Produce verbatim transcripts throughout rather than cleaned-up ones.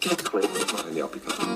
Eine Applikation.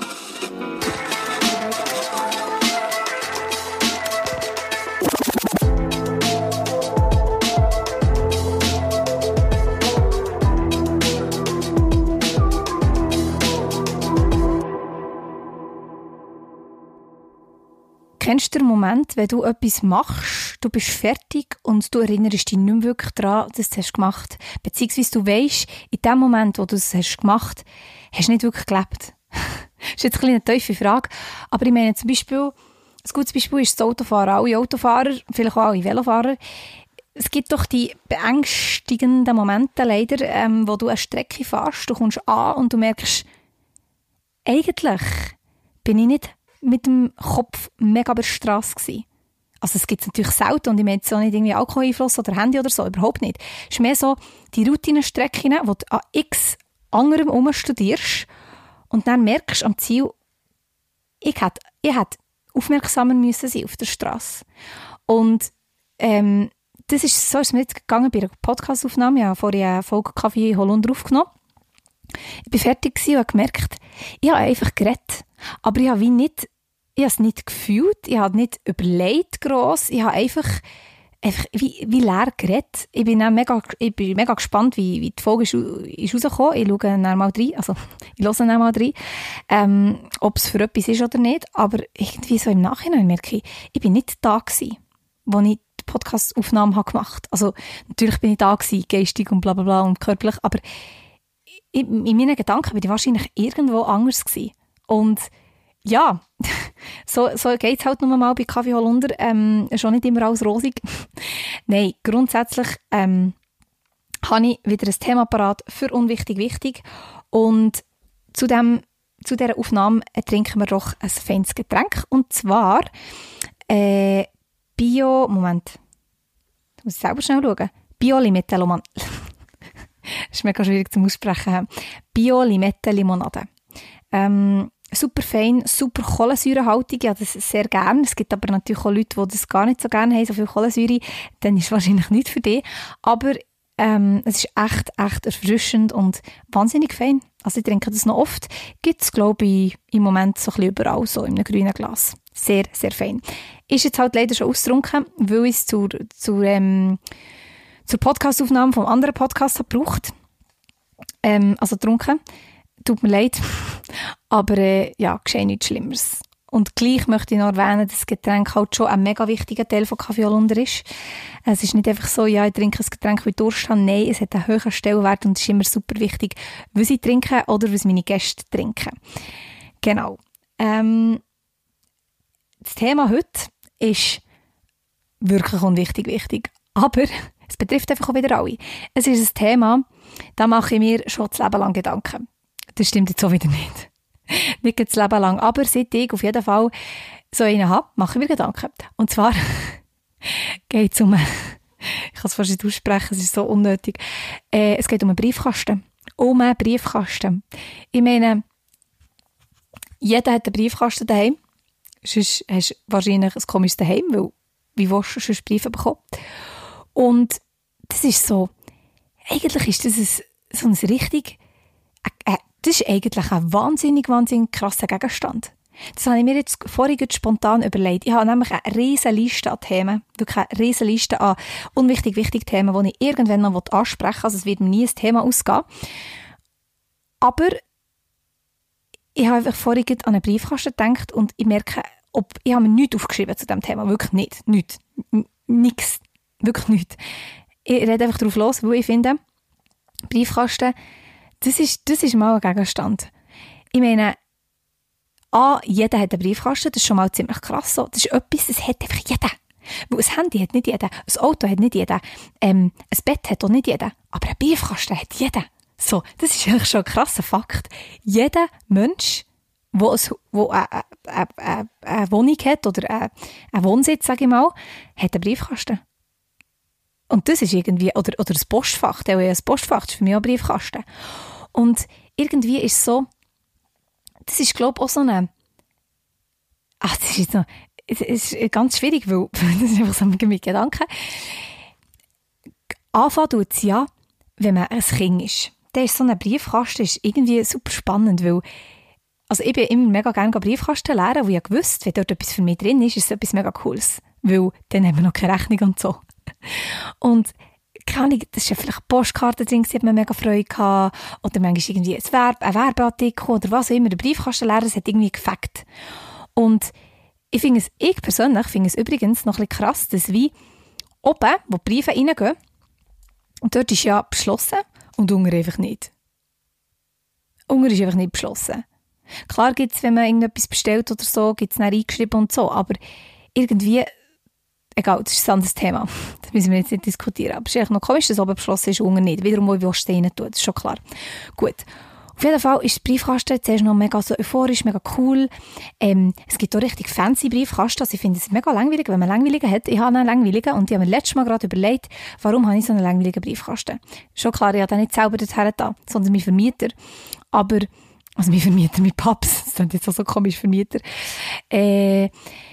Kennst du den Moment, wenn du etwas machst, du bist fertig und du erinnerst dich nicht mehr wirklich daran, dass du es gemacht hast? Beziehungsweise du weisst, in dem Moment, wo du es hast gemacht hast, hast du nicht wirklich gelebt. Das ist jetzt ein eine tiefe Frage, aber ich meine zum Beispiel, ein gutes Beispiel ist das Autofahren. Alle Autofahrer, vielleicht auch alle Velofahrer, es gibt doch die beängstigenden Momente leider, ähm, wo du eine Strecke fährst, du kommst an und du merkst, eigentlich bin ich nicht mit dem Kopf mega über die Strasse gewesen. Also es gibt es natürlich selten und ich meine jetzt auch nicht irgendwie Alkoholeinfluss oder Handy oder so, überhaupt nicht. Es ist mehr so die Routinenstrecken, wo du an x anderem herumstudierst und dann merkst du am Ziel, ich hätte, ich hätte aufmerksamer müssen sein auf der Strasse. Und ähm, das ist, so ist es mir jetzt gegangen bei einer Podcastaufnahme. Ich habe vorhin eine Folge Kaffee Holunder aufgenommen. Ich war fertig und habe gemerkt, ich habe einfach geredet. Aber ich habe wie nicht, ich habe es nicht gefühlt, ich habe nicht überlegt gross, ich habe einfach, einfach wie, wie leer geredet. Ich bin, mega, ich bin mega gespannt, wie, wie die Folge ist, ist rausgekommen. Ich schaue dann mal rein, also ich höre dann mal rein, ähm, ob es für etwas ist oder nicht. Aber irgendwie so im Nachhinein merke ich, ich bin nicht da gewesen, als ich die Podcast-Aufnahme gemacht habe. Also natürlich bin ich da gewesen, geistig und bla bla bla und körperlich, aber in, in meinen Gedanken bin ich wahrscheinlich irgendwo anders gewesen. Und ja, so, so geht es halt nur mal bei Kaffee Holunder. Ähm, schon nicht immer alles rosig. Nein, grundsätzlich ähm, habe ich wieder ein Thema parat für unwichtig wichtig. Und zu, dem, zu dieser Aufnahme trinken wir doch ein feines Getränk. Und zwar äh, Bio... Moment. Ich muss selber schnell schauen. Bio-Limette-Limonade. Das ist mega schwierig zum Aussprechen. Bio-Limette-Limonade. Ähm, super fein, super kohlensäurehaltig, ja, das sehr gerne. Es gibt aber natürlich auch Leute, die das gar nicht so gerne haben, so viel Kohlensäure, dann ist es wahrscheinlich nicht für dich. Aber ähm, es ist echt, echt erfrischend und wahnsinnig fein. Also ich trinke das noch oft. Gibt es, glaube ich, im Moment so ein bisschen überall, so in einem grünen Glas. Sehr, sehr fein. Ist jetzt halt leider schon ausgetrunken, weil ich es zur, zur, ähm, zur Podcastaufnahme vom anderen Podcast habe gebraucht. Ähm, also getrunken. Tut mir leid, aber äh, ja, geschehen nichts Schlimmeres. Und gleich möchte ich noch erwähnen, dass das Getränk halt schon ein mega wichtiger Teil von Kaffee Holunder ist. Es ist nicht einfach so, ja, ich trinke ein Getränk, weil ich Durst habe. Nein, es hat einen hohen Stellenwert und es ist immer super wichtig, was ich trinke oder was meine Gäste trinken. Genau. Ähm, das Thema heute ist wirklich unwichtig wichtig, aber es betrifft einfach auch wieder alle. Es ist ein Thema, da mache ich mir schon das Leben lang Gedanken. Das stimmt jetzt so wieder nicht. Nicht das Leben lang. Aber seit ich auf jeden Fall so einen habe, mache ich mir Gedanken. Und zwar geht es um, ich kann es fast nicht aussprechen, es ist so unnötig. Äh, es geht um einen Briefkasten. Um einen Briefkasten. Ich meine, jeder hat einen Briefkasten daheim. Sonst hast du wahrscheinlich ein komisches Daheim, weil wie willst du sonst Briefe bekommen? Und das ist so, eigentlich ist das ein, so ein richtig, äh, äh, das ist eigentlich ein wahnsinnig, wahnsinnig krasser Gegenstand. Das habe ich mir jetzt vorhin spontan überlegt. Ich habe nämlich eine riesige Liste an Themen, wirklich eine riesige Liste an unwichtig wichtigen Themen, die ich irgendwann noch ansprechen will. Also es wird mir nie ein Thema ausgehen. Aber ich habe einfach vorhin an einen Briefkasten gedacht und ich merke, ob, ich habe mir nichts aufgeschrieben zu diesem Thema. Wirklich nicht. Nichts. Nichts. Wirklich nichts. Ich rede einfach drauf los, weil ich finde, Briefkasten, das ist, das ist mal ein Gegenstand. Ich meine, A, jeder hat einen Briefkasten, das ist schon mal ziemlich krass so. Das ist etwas, das hat einfach jeder. Weil ein Handy hat nicht jeder, ein Auto hat nicht jeder, ähm, ein Bett hat auch nicht jeder, aber ein Briefkasten hat jeder. So, das ist eigentlich schon ein krasser Fakt. Jeder Mensch, der eine, eine, eine, eine Wohnung hat oder eine, einen Wohnsitz, sage ich mal, hat einen Briefkasten. Und das ist irgendwie, oder, oder ein Postfach, der ein Postfach ist für mich auch ein Briefkasten. Und irgendwie ist es so, das ist, glaube ich, auch so eine, ach, das ist jetzt noch, es ist ganz schwierig, weil, das ist einfach so mit Gedanken. Anfangen tut es ja, wenn man ein Kind ist. dann ist so ein Briefkasten ist irgendwie super spannend, weil also ich bin immer mega gerne Briefkasten leeren, wo ich gewusst, wenn dort etwas für mich drin ist, ist es etwas mega Cooles, weil dann haben wir noch keine Rechnung und so. Und keine Ahnung, das ist ja vielleicht eine Postkarte drin, die hat man mega Freude gehabt, oder manchmal irgendwie ein, Werbe, ein Werbeartikel oder was auch immer, der Briefkasten leeren, das hat irgendwie gefackt. Und ich finde es, ich persönlich finde es übrigens noch ein bisschen krass, dass wie oben, wo die Briefe reingehen, und dort ist ja beschlossen und unten einfach nicht. Unten ist einfach nicht beschlossen. Klar gibt es, wenn man irgendetwas bestellt oder so, gibt es dann eingeschrieben und so, aber irgendwie, egal, das ist ein anderes Thema. Das müssen wir jetzt nicht diskutieren. Aber es ist eigentlich noch komisch, dass oben beschlossen ist und unten nicht. Wiederum, wo ich rein tun, das ist schon klar. Gut. Auf jeden Fall ist der Briefkasten zuerst noch mega so euphorisch, mega cool. Ähm, es gibt auch richtig fancy Briefkasten. Also ich finde es mega langweilig, wenn man langweiligen hat. Ich habe einen langweiligen und ich habe mir letztes Mal gerade überlegt, warum habe ich so einen langweiligen Briefkasten. Schon klar, ich habe den nicht selber dorthin da, sondern mein Vermieter. Aber, also mein Vermieter, mein Paps, das klingt jetzt auch so komisch, Vermieter. Äh,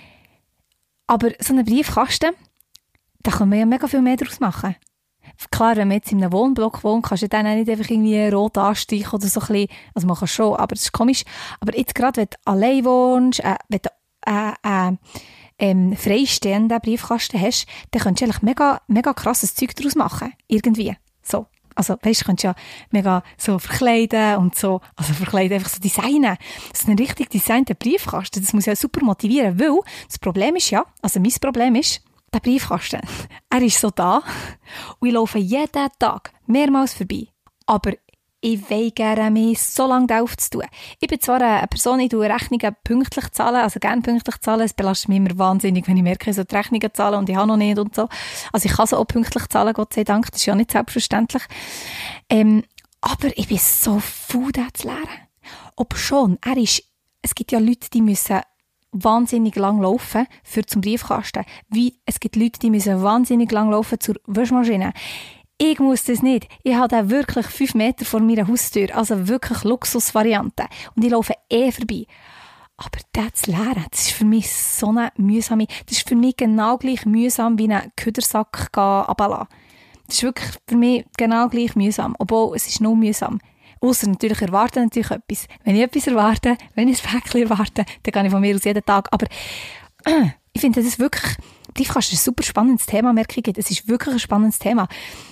aber so einen Briefkasten, da kann man ja mega viel mehr daraus machen. Klar, wenn man jetzt in einem Wohnblock wohnt, kannst du dann auch nicht einfach irgendwie rot anstreichen oder so ein bisschen. Also man kann schon, aber das ist komisch. Aber jetzt gerade, wenn du allein wohnst, äh, wenn du äh, äh, ähm, freistehenden Briefkasten hast, dann könntest du eigentlich mega, mega krasses Zeug daraus machen. Irgendwie. So. Also, weißt du, könntest ja mega so verkleiden und so, also verkleiden, einfach so designen. So einen richtig designten Briefkasten, das muss ja super motivieren, weil das Problem ist ja, also mein Problem ist, der Briefkasten, er ist so da und ich laufe jeden Tag mehrmals vorbei. Aber ich will gerne mehr so lange da aufzutun. Ich bin zwar eine Person, ich tue Rechnungen pünktlich zahlen, also gerne pünktlich zahlen. Es belastet mich immer wahnsinnig, wenn ich merke, ich soll die Rechnungen zahlen und ich habe noch nicht und so. Also ich kann sie auch pünktlich zahlen, Gott sei Dank. Das ist ja nicht selbstverständlich. Ähm, aber ich bin so faul, das zu lernen. Ob schon, er ist, es gibt ja Leute, die müssen wahnsinnig lang laufen für zum Briefkasten. Wie, es gibt Leute, die müssen wahnsinnig lang laufen zur Waschmaschine. Ich muss das nicht. Ich habe da wirklich fünf Meter vor meiner Haustür. Also wirklich Luxusvariante. Und ich laufe eh vorbei. Aber das zu lernen, das ist für mich so eine mühsame, das ist für mich genau gleich mühsam wie einen Küdersack runterlassen. Das ist wirklich für mich genau gleich mühsam. Obwohl, es ist nur mühsam. Ausser natürlich erwarte natürlich etwas. Wenn ich etwas erwarte, wenn ich ein Päckchen erwarte, dann gehe ich von mir aus jeden Tag. Aber äh, ich finde das wirklich, Briefkasten ist ein super spannendes Thema, merke ich. Das ist wirklich ein spannendes Thema.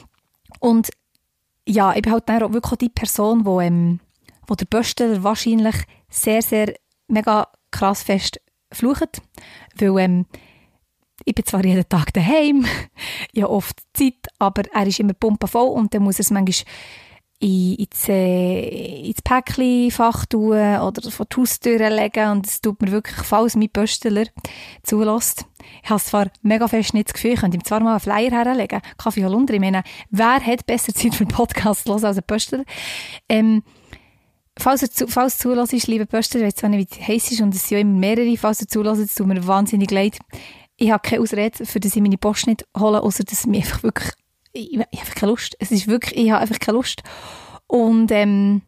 Und ja, ich bin halt dann auch wirklich die Person, wo, ähm, wo der Böstler wahrscheinlich sehr, sehr mega krass fest flucht. Weil ähm, ich bin zwar jeden Tag daheim, ich habe oft Zeit, aber er ist immer pumpenvoll und dann muss er es manchmal ins, äh, ins Päckchenfach tun oder vor die Haustür legen und es tut mir wirklich, falls mein Pöstler zulässt. Ich habe zwar mega fest nicht das Gefühl, ich könnte ihm zwar mal einen Flyer herlegen, Kaffee Holunder, ich meine, wer hat besser Zeit für einen Podcast zu hören als ein Pöstler? Ähm, falls er zu, falls du zulässt, liebe Pöstler, ich weiss zwar nicht, wie es heiss ist und es sind ja immer mehrere, falls er zulässt, es tut mir wahnsinnig leid. Ich habe keine Ausrede, für das ich meine Post nicht hole, außer dass mir einfach wirklich Ich, ich habe einfach keine Lust. Es ist wirklich, ich habe einfach keine Lust. Und ähm,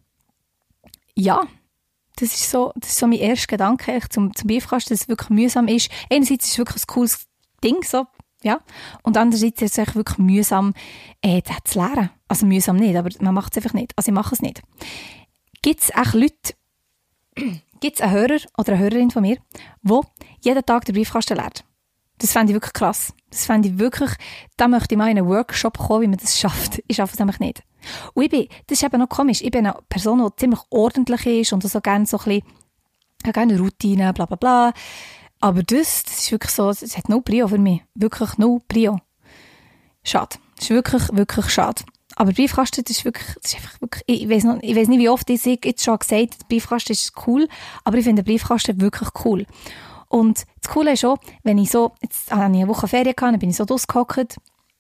ja, das ist so, das ist so mein erster Gedanke eigentlich zum, zum Briefkasten, dass es wirklich mühsam ist. Einerseits ist es wirklich ein cooles Ding, so, ja. Und andererseits ist es eigentlich wirklich mühsam, äh, das zu lernen. Also mühsam nicht, aber man macht es einfach nicht. Also ich mache es nicht. Gibt es auch Leute, gibt es einen Hörer oder eine Hörerin von mir, die jeden Tag den Briefkasten lernt? Das fände ich wirklich krass. Das fände ich wirklich, da möchte ich mal in einen Workshop kommen, wie man das schafft. Ich schaffe es nämlich nicht. Und ich bin, das ist eben noch komisch, ich bin eine Person, die ziemlich ordentlich ist und so gerne so ein bisschen, ich habe gerne Routine, bla bla bla. Aber das, das ist wirklich so, es hat no Prio für mich. Wirklich no Prio. Schade. Das ist wirklich, wirklich schade. Aber Briefkasten, das ist wirklich, das ist einfach wirklich, ich weiss noch, ich weiss nicht, wie oft ich jetzt schon gesagt habe, Briefkasten ist cool, aber ich finde Briefkasten wirklich cool. Und das Coole ist auch, wenn ich so, jetzt habe ich eine Woche Ferien gehabt, dann bin ich so rausgehockt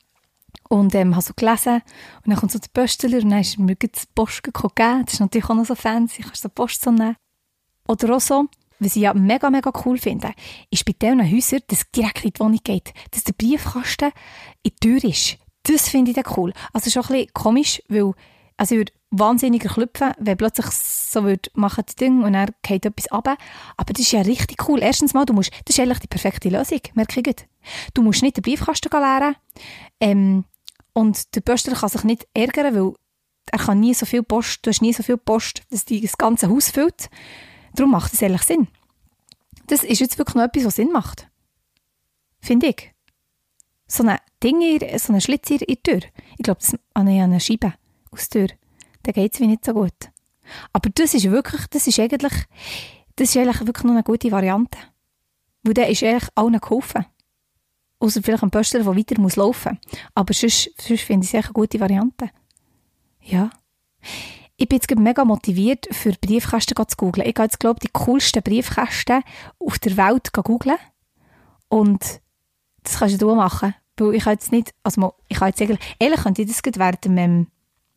und ähm, habe so gelesen und dann kommt so der Pöstler und dann ist mir die Post gegeben. Das ist natürlich auch noch so fancy, kannst du so Post so nehmen. Oder auch so, was ich ja mega, mega cool finde, ist bei diesen Häusern, dass es direkt in die Wohnung geht, dass der Briefkasten in die Tür ist. Das finde ich dann cool. Also schon ein bisschen komisch, weil also ich würde wahnsinnig klopfen, wenn plötzlich so würde machen das Ding und dann geht etwas runter. Aber das ist ja richtig cool. Erstens mal, du musst, das ist eigentlich die perfekte Lösung, merke ich gut. Du musst nicht den Briefkasten leeren ähm, und der Pöstler kann sich nicht ärgern, weil er kann nie so viel Post, du hast nie so viel Post, dass die das ganze Haus füllt. Darum macht es ehrlich Sinn. Das ist jetzt wirklich noch etwas, was Sinn macht. Finde ich. So ein Ding, so ein Schlitz in der Tür. Ich glaube, das an eine Scheibe aus der Tür. Da geht es wie nicht so gut. Aber das ist wirklich, das ist eigentlich, das ist eigentlich wirklich noch eine gute Variante. Weil der ist eigentlich allen geholfen. Ausser vielleicht ein Pöstler, der weiter muss laufen muss. Aber sonst, sonst finde ich es eine gute Variante. Ja. Ich bin jetzt mega motiviert, für Briefkästen zu googeln. Ich gehe jetzt, glaube ich, die coolsten Briefkästen auf der Welt googeln. Und das kannst du machen. Weil ich kann jetzt nicht, also ich kann jetzt eigentlich, ehrlich könnte ich das gerade während dem, ähm,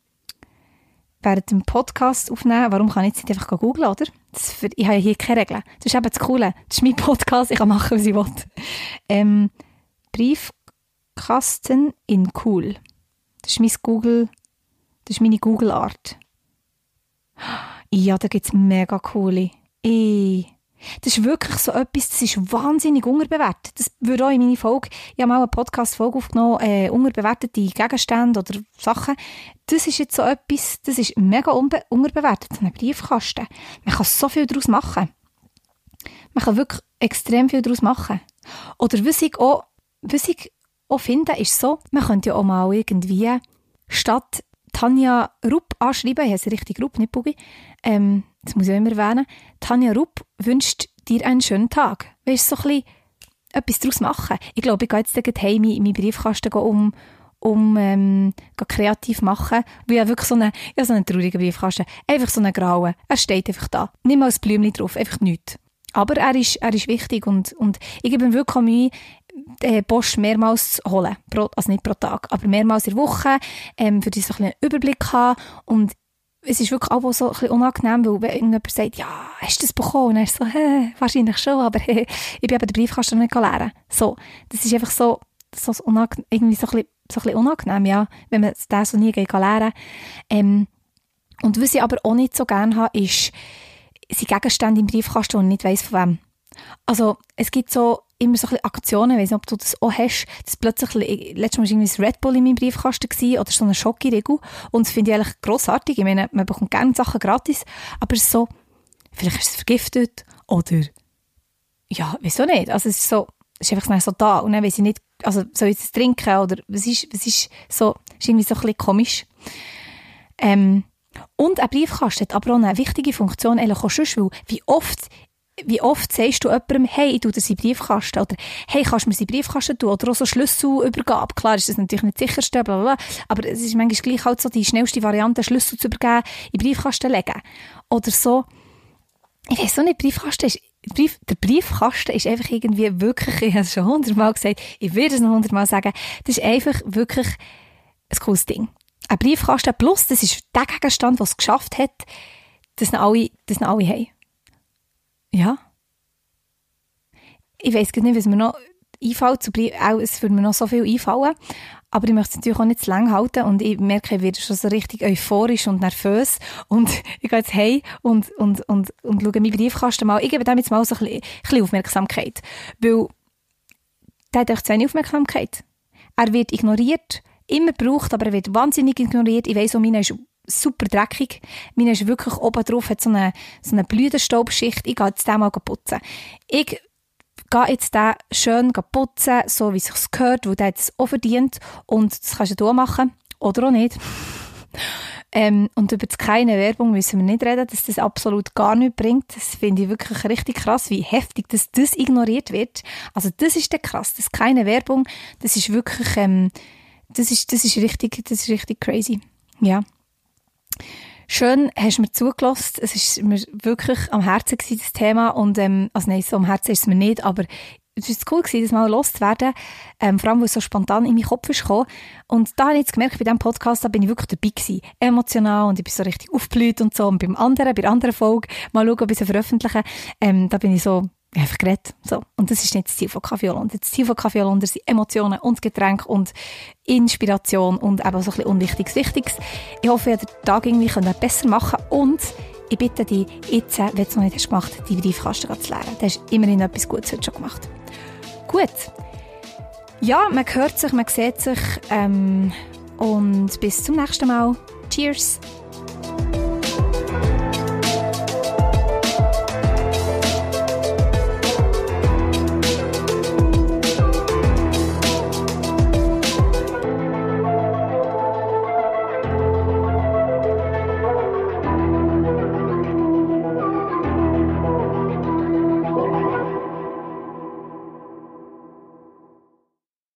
während dem Podcast aufnehmen. Warum kann ich jetzt nicht einfach googeln, oder? Das für, ich habe ja hier keine Regeln. Das ist eben das Coole. Das ist mein Podcast, ich kann machen, was ich will. Ähm, Briefkasten in cool. Das ist mein Google, das ist meine Google-Art. Ja, da gibt es mega coole. Ey. Das ist wirklich so etwas, das ist wahnsinnig unterbewertet. Das würde auch in meine Folge, ich habe mal eine Podcast-Folge aufgenommen, äh, unterbewertete Gegenstände oder Sachen. Das ist jetzt so etwas, das ist mega unbe- unterbewertet, so ein Briefkasten. Man kann so viel daraus machen. Man kann wirklich extrem viel daraus machen. Oder was ich auch, was ich auch finde, ist so, man könnte ja auch mal irgendwie statt Tanja Rupp anschreiben, ich heiße richtig Rupp, nicht Bubi, ähm, das muss ich auch immer erwähnen, Tanja Rupp wünscht dir einen schönen Tag. Weißt du, so ein bisschen etwas daraus machen. Ich glaube, ich gehe jetzt gleich heim in meinen Briefkasten um, um ähm, kreativ machen. Weil ich habe wirklich so einen, ja, so einen traurigen Briefkasten. Einfach so einen grauen. Er steht einfach da. Nicht mal ein Blümchen drauf, einfach nichts. Aber er ist, er ist wichtig und, und ich gebe ihm wirklich Mühe, die Post mehrmals zu holen. Pro, also nicht pro Tag, aber mehrmals in der Woche, ähm, für die so ein bisschen einen Überblick zu haben. Und es ist wirklich auch so ein bisschen unangenehm, weil wenn irgendjemand sagt, ja, hast du das bekommen? Und dann ist es so, hä, wahrscheinlich schon, aber hä, ich bin eben den Briefkasten nicht leeren. So, das ist einfach so, so unangenehm, irgendwie so ein, bisschen, so ein bisschen unangenehm, ja, wenn man den so nie leeren kann. Ähm, und was ich aber auch nicht so gerne habe, ist, sind Gegenstände im Briefkasten und nicht weiss von wem. Also, es gibt so immer so ein bisschen Aktionen, ich weiss nicht, ob du das auch hast, dass plötzlich, letztes Mal war irgendwie ein Red Bull in meinem Briefkasten gewesen, oder so eine Schokoriegel, und das finde ich eigentlich grossartig, ich meine, man bekommt gerne Sachen gratis, aber es ist so, vielleicht ist es vergiftet, oder, ja, wieso nicht, also es ist so, es ist einfach so da, und dann weiss ich nicht, also soll ich das trinken, oder was ist, was ist so, ist irgendwie so ein bisschen komisch. Ähm, und ein Briefkasten hat aber auch eine wichtige Funktion, eigentlich auch sonst, weil wie oft Wie oft sagst du jemandem, hey, ich tue dir seinen Briefkasten, oder hey, kannst du mir seinen Briefkasten tun, oder auch so Schlüsselübergabe. Klar ist das natürlich nicht das sicherste, bla bla, aber es ist manchmal gleich halt so die schnellste Variante, Schlüssel zu übergeben, in den Briefkasten legen. Oder so, ich weiss auch nicht, Briefkasten ist, Brief, der Briefkasten ist einfach irgendwie wirklich, ich habe es schon hundertmal gesagt, ich werde es noch hundertmal sagen, das ist einfach wirklich ein cooles Ding. Ein Briefkasten plus, das ist der Gegenstand, der es geschafft hat, dass ihn alle, dass ihn alle haben. Ja. Ich weiss nicht, was mir noch einfällt. Zu Brief, auch, es würde mir noch so viel einfallen. Aber ich möchte es natürlich auch nicht zu lang halten. Und ich merke, ich werde schon so richtig euphorisch und nervös. Und ich gehe jetzt heim und, und, und, und schaue meinen Briefkasten mal. Ich gebe dem jetzt mal so ein bisschen, ein bisschen Aufmerksamkeit. Weil der hat euch zu wenig Aufmerksamkeit. Er wird ignoriert, immer gebraucht, aber er wird wahnsinnig ignoriert. Ich weiss auch, meine ist super dreckig. Meine ist wirklich oben drauf, hat so eine, so eine Blütenstaubschicht. Ich gehe jetzt den mal putzen. Ich gehe jetzt den schön putzen, so wie es sich gehört, weil der hat es auch verdient. Und das kannst du auch machen. Oder auch nicht. ähm, und über das keine Werbung müssen wir nicht reden, dass das absolut gar nichts bringt. Das finde ich wirklich richtig krass, wie heftig dass das ignoriert wird. Also das ist der krass. Das keine Werbung, das ist wirklich, ähm, das ist, das ist richtig, das ist richtig crazy. Ja. Schön, hast du mir zugelassen. Es war mir wirklich am Herzen gewesen, das Thema. Und, ähm, also nein, so am Herzen ist es mir nicht, aber es war cool gewesen, das mal loszuwerden. Ähm, vor allem, weil es so spontan in meinen Kopf ist gekommen. Und da habe ich jetzt gemerkt, bei diesem Podcast, da bin ich wirklich dabei gewesen. Emotional und ich bin so richtig aufgeblüht und so. Und beim anderen, bei der anderen Folge, mal schauen, ob ich sie veröffentliche, ähm, da bin ich so einfach geredet. So. Und das ist nicht das Ziel von Kaffee Holunder. Das Ziel von Kaffee Holunder sind Emotionen und Getränke und Inspiration und eben so ein bisschen Unwichtiges, Wichtiges. Ich hoffe, ihr den Tag irgendwie besser machen könnt. Und ich bitte dich, jetzt, wenn du es noch nicht hast gemacht hast, die Briefkasten zu lernen. Du hast immerhin etwas Gutes heute schon gemacht. Gut. Ja, man hört sich, man sieht sich. Ähm, und bis zum nächsten Mal. Tschüss. Cheers!